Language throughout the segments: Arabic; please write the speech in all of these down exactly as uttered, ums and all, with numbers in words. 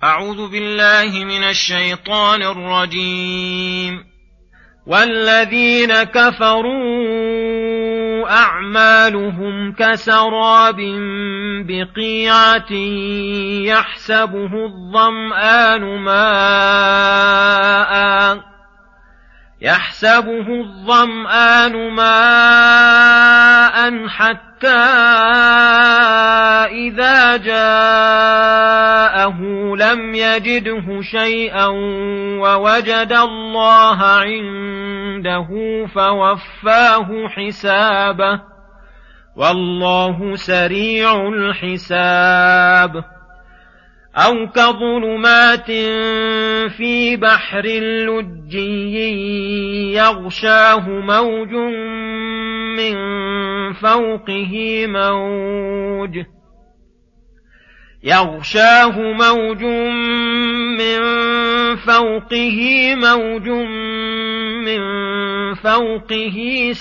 أعوذ بالله من الشيطان الرجيم. والذين كفروا أعمالهم كسراب بقيعة يحسبه الظمآن ماء يحسبه الظمآن ماء حتى إذا جاءه لم يجده شيئا ووجد الله عنده فوفاه حسابه والله سريع الحساب. أو كظلمات في بحر لجي يغشاه موج من فوقه موج يغشاه موج من فوقه موج من فوقه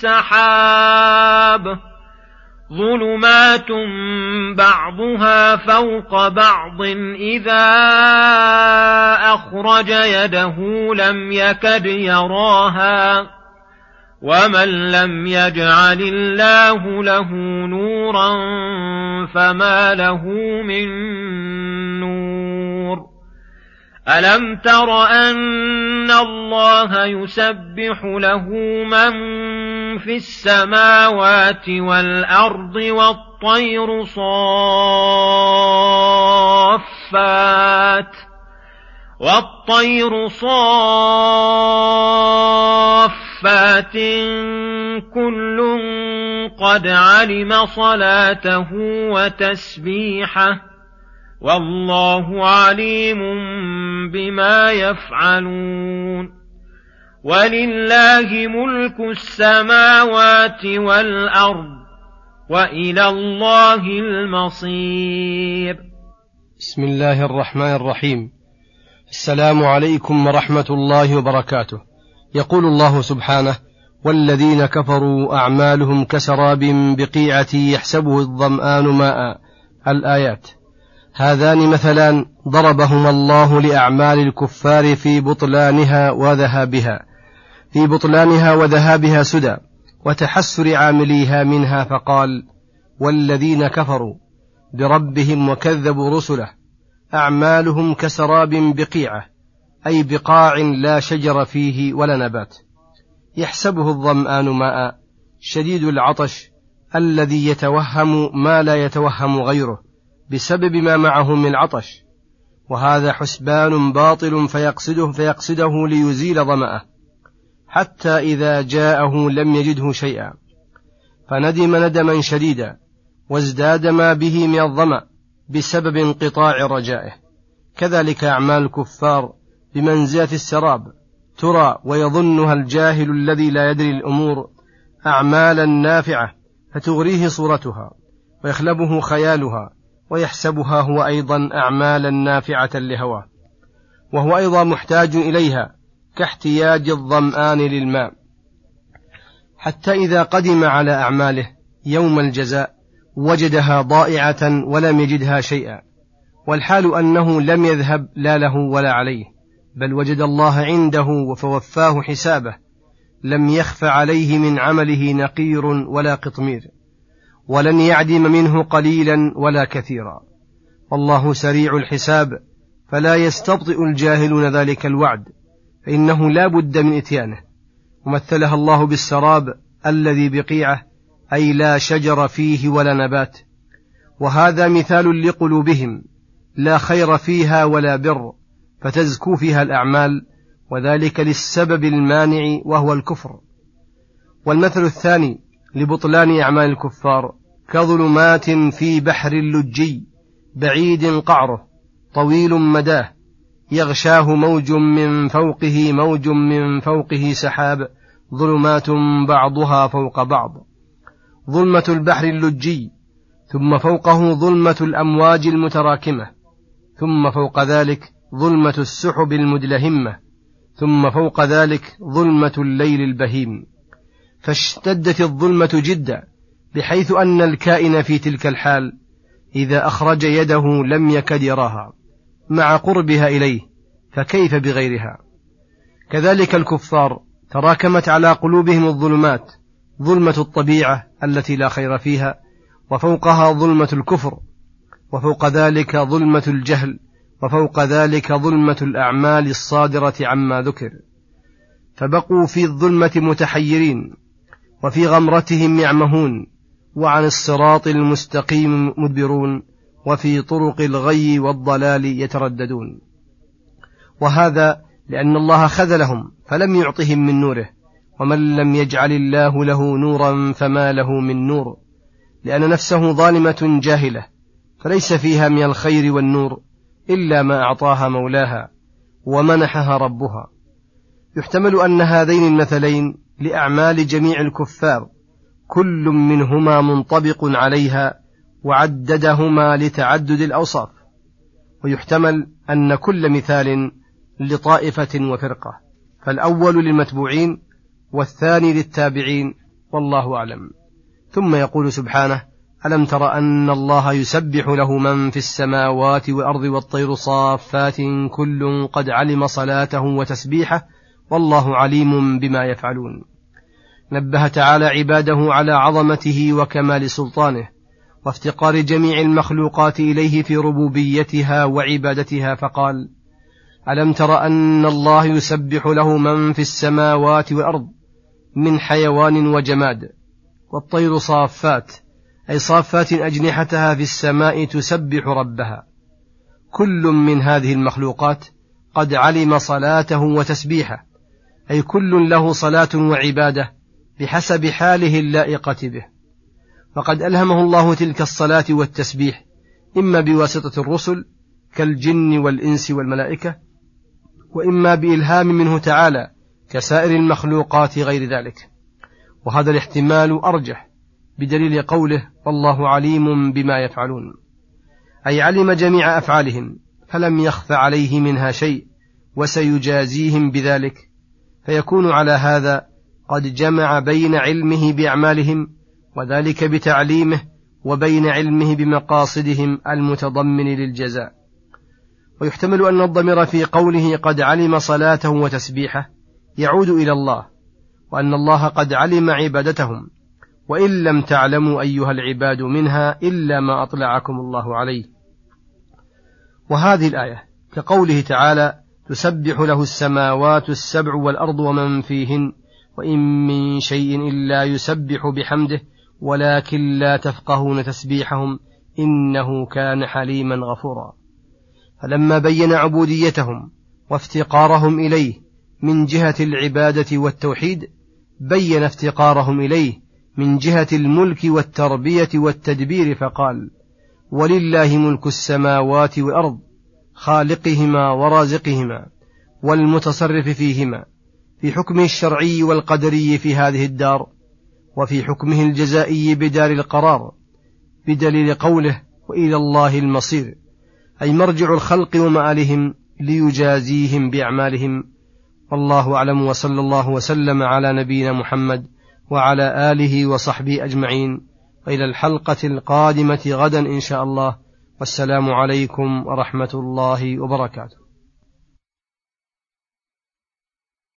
سحاب ظلمات بعضها فوق بعض إذا أخرج يده لم يكد يراها ومن لم يجعل الله له نورا فما له من نور. ألم تر أن الله يسبح له من في السماوات والأرض والطير صافات والطير صافات كل قد علم صلاته وتسبيحه والله عليم بما يفعلون. ولله ملك السماوات والأرض وإلى الله المصير. بسم الله الرحمن الرحيم. السلام عليكم ورحمة الله وبركاته. يقول الله سبحانه: والذين كفروا أعمالهم كسراب بقيعة يحسبه الظمآن ماء. الآيات. هذان مثلان ضربهما الله لأعمال الكفار في بطلانها وذهابها في بطلانها وذهابها سدى وتحسر عامليها منها، فقال: والذين كفروا بربهم وكذبوا رسله أعمالهم كسراب بقيعة، أي بقاع لا شجر فيه ولا نبات، يحسبه الظمآن ماء، شديد العطش الذي يتوهم ما لا يتوهم غيره بسبب ما معه من عطش، وهذا حسبان باطل فيقصده, فيقصده ليزيل ظمأه، حتى إذا جاءه لم يجده شيئا فندم ندما شديدا وازداد ما به من الظمأ بسبب انقطاع رجائه. كذلك أعمال الكفار بمنزلة السراب ترى ويظنها الجاهل الذي لا يدري الأمور أعمالا نافعة فتغريه صورتها ويخلبه خيالها ويحسبها هو أيضا أعمالا نافعة لهواه، وهو أيضا محتاج إليها كاحتياج الظمآن للماء، حتى إذا قدم على أعماله يوم الجزاء وجدها ضائعة ولم يجدها شيئا، والحال أنه لم يذهب لا له ولا عليه، بل وجد الله عنده فوفاه حسابه، لم يخف عليه من عمله نقير ولا قطمير، ولن يعدم منه قليلا ولا كثيرا، والله سريع الحساب، فلا يستبطئ الجاهلون ذلك الوعد، فإنه لا بد من إتيانه. ومثلها الله بالسراب الذي بقيعة، أي لا شجر فيه ولا نبات، وهذا مثال لقلوبهم لا خير فيها ولا بر، فتزكو فيها الأعمال، وذلك للسبب المانع وهو الكفر. والمثل الثاني لبطلان أعمال الكفار كظلمات في بحر لجي بعيد قعره طويل مداه يغشاه موج من فوقه موج من فوقه سحاب ظلمات بعضها فوق بعض. ظلمة البحر اللجي، ثم فوقه ظلمة الأمواج المتراكمة، ثم فوق ذلك ظلمة السحب المدلهمة، ثم فوق ذلك ظلمة الليل البهيم. فاشتدت الظلمة جدا، بحيث أن الكائن في تلك الحال إذا أخرج يده لم يكد يراها، مع قربها إليه، فكيف بغيرها؟ كذلك الكفار تراكمت على قلوبهم الظلمات، ظلمة الطبيعة التي لا خير فيها، وفوقها ظلمة الكفر، وفوق ذلك ظلمة الجهل، وفوق ذلك ظلمة الأعمال الصادرة عما ذكر، فبقوا في الظلمة متحيرين، وفي غمرتهم يعمهون، وعن الصراط المستقيم مدبرون، وفي طرق الغي والضلال يترددون. وهذا لأن الله خذلهم فلم يعطهم من نوره، ومن لم يجعل الله له نورا فما له من نور، لأن نفسه ظالمة جاهلة، فليس فيها من الخير والنور إلا ما أعطاها مولاها ومنحها ربها. يحتمل أن هذين المثلين لأعمال جميع الكفار كل منهما منطبق عليها، وعددهما لتعدد الأوصاف، ويحتمل أن كل مثال لطائفة وفرقة، فالأول للمتبوعين والثاني للتابعين، والله أعلم. ثم يقول سبحانه: ألم تر أن الله يسبح له من في السماوات والأرض والطير صافات كل قد علم صلاته وتسبيحه والله عليم بما يفعلون. نبه تعالى عباده على عظمته وكمال سلطانه وافتقار جميع المخلوقات إليه في ربوبيتها وعبادتها، فقال: ألم تر أن الله يسبح له من في السماوات والأرض من حيوان وجماد، والطير صافات أي صافات أجنحتها في السماء تسبح ربها. كل من هذه المخلوقات قد علم صلاته وتسبيحه، أي كل له صلاة وعبادة بحسب حاله اللائقة به، فقد ألهمه الله تلك الصلاة والتسبيح إما بواسطة الرسل كالجن والإنس والملائكة، وإما بإلهام منه تعالى كسائر المخلوقات غير ذلك، وهذا الاحتمال أرجح بدليل قوله: والله عليم بما يفعلون، أي علم جميع أفعالهم فلم يخف عليه منها شيء، وسيجازيهم بذلك، فيكون على هذا قد جمع بين علمه بأعمالهم وذلك بتعليمه، وبين علمه بمقاصدهم المتضمن للجزاء. ويحتمل أن الضمير في قوله قد علم صلاته وتسبيحه يعود إلى الله، وأن الله قد علم عبادتهم، وإن لم تعلموا أيها العباد منها إلا ما أطلعكم الله عليه. وهذه الآية كقوله تعالى: تسبح له السماوات السبع والأرض ومن فيهن وإن من شيء إلا يسبح بحمده ولكن لا تفقهون تسبيحهم إنه كان حليما غفورا. فلما بين عبوديتهم وافتقارهم إليه من جهة العبادة والتوحيد، بين افتقارهم إليه من جهة الملك والتربية والتدبير، فقال: ولله ملك السماوات والأرض خالقهما ورازقهما والمتصرف فيهما، في حكمه الشرعي والقدري في هذه الدار، وفي حكمه الجزائي بدار القرار، بدليل قوله: وإلى الله المصير، أي مرجع الخلق ومآلهم ليجازيهم بأعمالهم. والله أعلم، وصلى الله وسلم على نبينا محمد وعلى آله وصحبه أجمعين، وإلى الحلقة القادمة غدا إن شاء الله، والسلام عليكم ورحمة الله وبركاته.